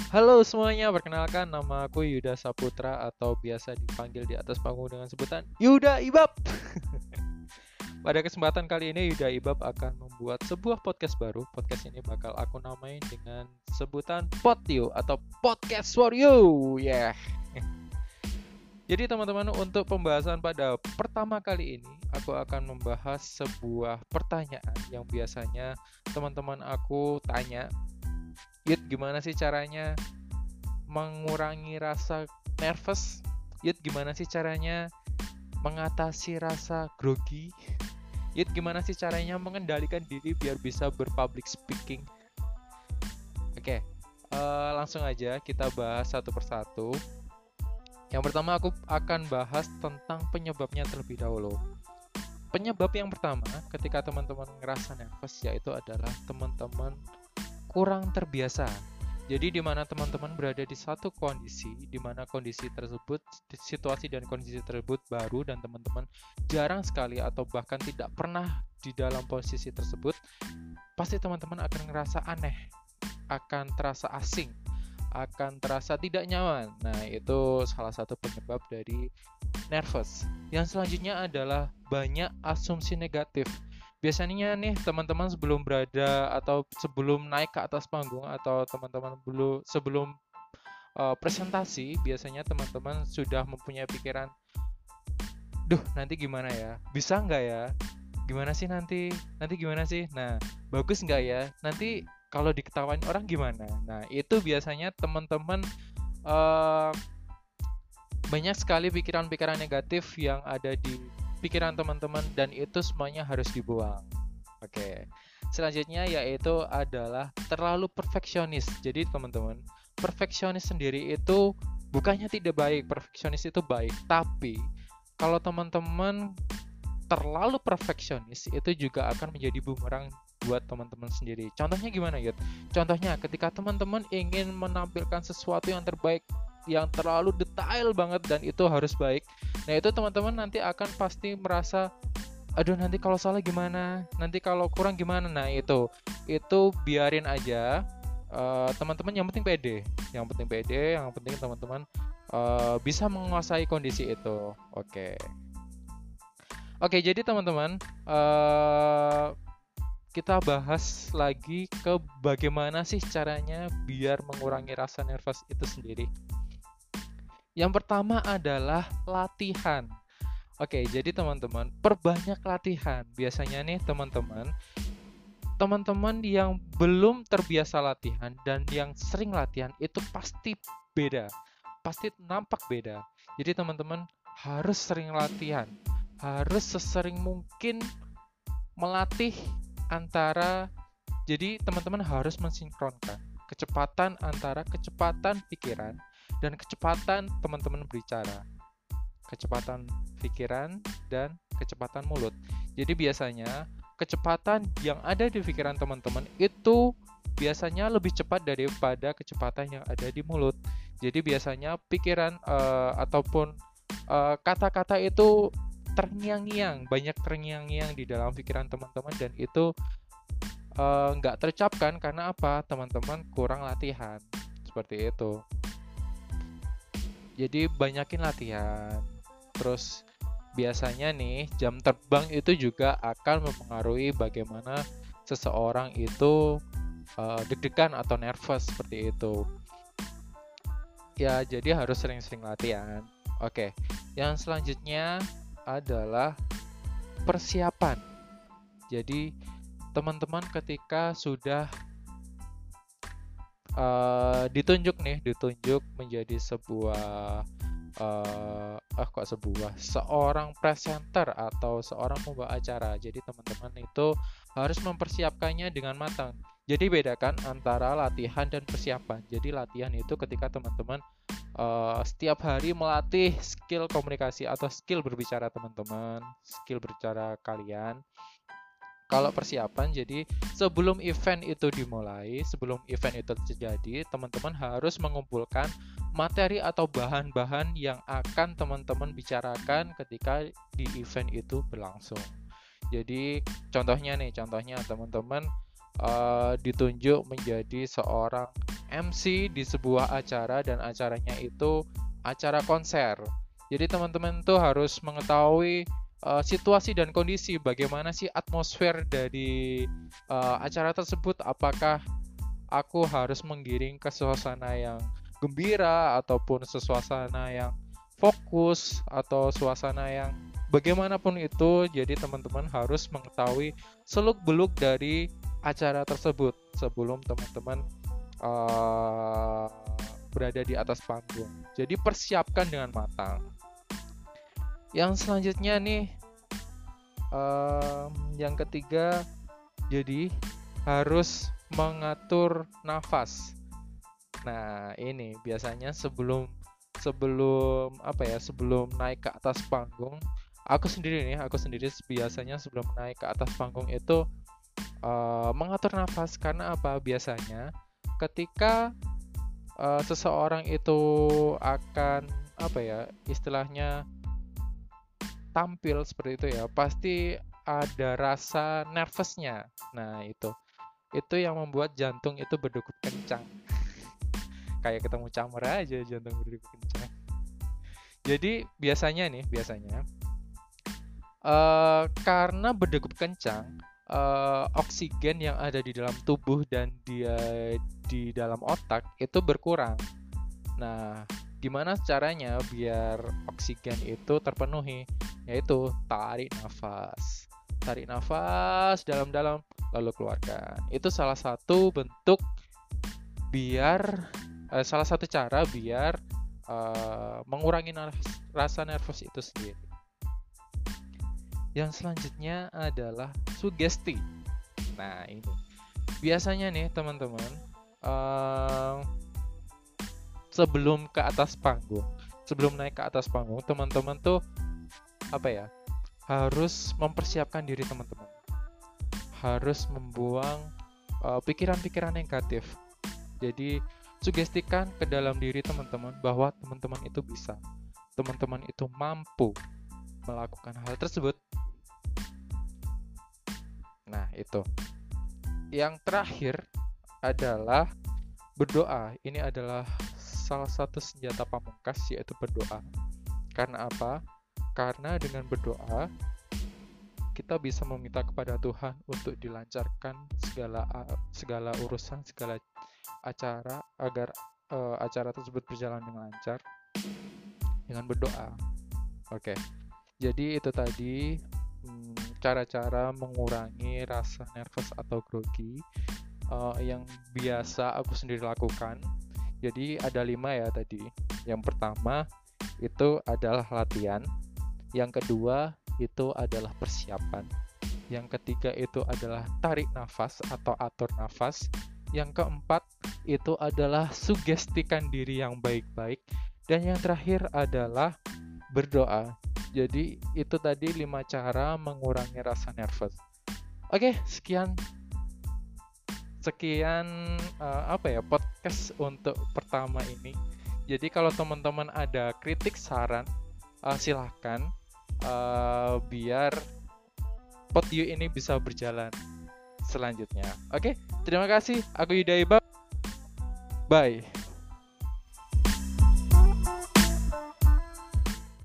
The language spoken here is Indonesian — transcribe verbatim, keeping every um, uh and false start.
Halo semuanya, perkenalkan nama aku Yuda Saputra atau biasa dipanggil di atas panggung dengan sebutan Yuda Ibab. Pada kesempatan kali ini Yuda Ibab akan membuat sebuah podcast baru. Podcast ini bakal aku namain dengan sebutan Potyu atau Podcast for You. Ya. Yeah. Jadi teman-teman, untuk pembahasan pada pertama kali ini aku akan membahas sebuah pertanyaan yang biasanya teman-teman aku tanya. Yud, gimana sih caranya mengurangi rasa nervous? Yud, gimana sih caranya mengatasi rasa grogi? Yud, gimana sih caranya mengendalikan diri biar bisa berpublic speaking? Oke, uh, langsung aja kita bahas satu persatu. Yang pertama aku akan bahas tentang penyebabnya terlebih dahulu. Penyebab yang pertama ketika teman-teman ngerasa nervous yaitu adalah teman-teman kurang terbiasa. Jadi di mana teman-teman berada di satu kondisi, di mana kondisi tersebut, situasi dan kondisi tersebut baru dan teman-teman jarang sekali atau bahkan tidak pernah di dalam posisi tersebut, pasti teman-teman akan ngerasa aneh, akan terasa asing, akan terasa tidak nyaman. Nah, itu salah satu penyebab dari nervous. Yang selanjutnya adalah banyak asumsi negatif. Biasanya nih teman-teman sebelum berada atau sebelum naik ke atas panggung atau teman-teman belum sebelum uh, presentasi, biasanya teman-teman sudah mempunyai pikiran, duh nanti gimana ya, bisa nggak ya, gimana sih nanti, nanti gimana sih, nah bagus nggak ya, nanti kalau diketawain orang gimana. Nah itu biasanya teman-teman uh, banyak sekali pikiran-pikiran negatif yang ada di pikiran teman-teman dan itu semuanya harus dibuang. Oke. Selanjutnya yaitu adalah terlalu perfeksionis. Jadi teman-teman, perfeksionis sendiri itu bukannya tidak baik, perfeksionis itu baik, tapi kalau teman-teman terlalu perfeksionis itu juga akan menjadi bumerang buat teman-teman sendiri. Contohnya gimana, Yud? Contohnya ketika teman-teman ingin menampilkan sesuatu yang terbaik, yang terlalu detail banget dan itu harus baik. Nah, itu teman-teman nanti akan pasti merasa, aduh nanti kalau salah gimana? Nanti kalau kurang gimana? Nah, itu itu biarin aja. Uh, teman-teman yang penting pede. Yang penting pede, yang penting teman-teman uh, bisa menguasai kondisi itu. Oke. Oke, jadi teman-teman, uh, kita bahas lagi ke bagaimana sih caranya biar mengurangi rasa nervous itu sendiri. Yang pertama adalah latihan. Oke, jadi teman-teman, perbanyak latihan. Biasanya nih teman-teman, teman-teman yang belum terbiasa latihan dan yang sering latihan itu pasti beda. Pasti nampak beda. Jadi teman-teman harus sering latihan. Harus sesering mungkin melatih antara, jadi teman-teman harus mensinkronkan kecepatan antara kecepatan pikiran dan kecepatan teman-teman berbicara, kecepatan pikiran dan kecepatan mulut. Jadi biasanya kecepatan yang ada di pikiran teman-teman itu biasanya lebih cepat daripada kecepatan yang ada di mulut. Jadi biasanya pikiran uh, ataupun uh, kata-kata itu terngiang-ngiang, banyak terngiang-ngiang di dalam pikiran teman-teman dan itu nggak uh, terucapkan karena apa? Teman-teman kurang latihan. Seperti itu. Jadi banyakin latihan. Terus biasanya nih jam terbang itu juga akan mempengaruhi bagaimana seseorang itu uh, deg-degan atau nervous seperti itu. Ya, jadi harus sering-sering latihan. Oke, yang selanjutnya adalah persiapan. Jadi teman-teman ketika sudah uh, ditunjuk nih, ditunjuk menjadi sebuah uh, ah kok sebuah seorang presenter atau seorang pembawa acara. Jadi teman-teman itu harus mempersiapkannya dengan matang. Jadi bedakan antara latihan dan persiapan. Jadi latihan itu ketika teman-teman uh, setiap hari melatih skill komunikasi atau skill berbicara teman-teman, skill berbicara kalian. Kalau persiapan, jadi sebelum event itu dimulai, sebelum event itu terjadi, teman-teman harus mengumpulkan materi atau bahan-bahan yang akan teman-teman bicarakan ketika di event itu berlangsung. Jadi contohnya nih, contohnya teman-teman uh, ditunjuk menjadi seorang M C di sebuah acara dan acaranya itu acara konser. Jadi teman-teman tuh harus mengetahui uh, situasi dan kondisi bagaimana sih atmosfer dari uh, acara tersebut. Apakah aku harus menggiring ke suasana yang gembira ataupun suasana yang fokus atau suasana yang bagaimanapun itu. Jadi teman-teman harus mengetahui seluk-beluk dari acara tersebut sebelum teman-teman uh, berada di atas panggung. Jadi persiapkan dengan matang. Yang selanjutnya nih, um, yang ketiga, jadi harus mengatur nafas. Nah, ini biasanya sebelum sebelum apa ya, sebelum naik ke atas panggung, aku sendiri nih, aku sendiri biasanya sebelum naik ke atas panggung itu uh, mengatur nafas. Karena apa? Biasanya ketika uh, seseorang itu akan apa ya, istilahnya tampil seperti itu ya, pasti ada rasa nervousnya. Nah, itu itu yang membuat jantung itu berdegup kencang. Kayak ketemu camar aja jantung berdegup kencang. Jadi biasanya nih, biasanya uh, karena berdegup kencang, uh, oksigen yang ada di dalam tubuh dan dia di dalam otak itu berkurang. Nah, gimana caranya biar oksigen itu terpenuhi? Yaitu tarik nafas. Tarik nafas dalam-dalam lalu keluarkan. Itu salah satu bentuk biar eh, salah satu cara biar uh, mengurangi nervous, rasa nervous itu sendiri. Yang selanjutnya adalah sugesti. Nah, ini biasanya nih teman-teman, uh, sebelum ke atas panggung, sebelum naik ke atas panggung, teman-teman tuh apa ya, harus mempersiapkan diri teman-teman, harus membuang uh, pikiran-pikiran negatif. Jadi sugestikan ke dalam diri teman-teman bahwa teman-teman itu bisa, teman-teman itu mampu melakukan hal tersebut. Nah, itu. Yang terakhir adalah berdoa. Ini adalah salah satu senjata pamungkas, yaitu berdoa. Karena apa? Karena dengan berdoa kita bisa meminta kepada Tuhan untuk dilancarkan segala segala urusan, segala acara agar uh, acara tersebut berjalan dengan lancar dengan berdoa. Oke. Jadi itu tadi hmm, cara-cara mengurangi rasa nervous atau grogi uh, yang biasa aku sendiri lakukan. Jadi ada lima ya tadi. Yang pertama itu adalah latihan. Yang kedua itu adalah persiapan. Yang ketiga itu adalah tarik nafas atau atur nafas. Yang keempat itu adalah sugestikan diri yang baik-baik. Dan yang terakhir adalah berdoa. Jadi itu tadi lima cara mengurangi rasa nervous. Oke, sekian sekian uh, apa ya podcast untuk pertama ini. Jadi kalau teman-teman ada kritik, saran, uh, silahkan uh, biar PodU ini bisa berjalan selanjutnya. Oke, terima kasih. Aku Yuda Ibab. Bye.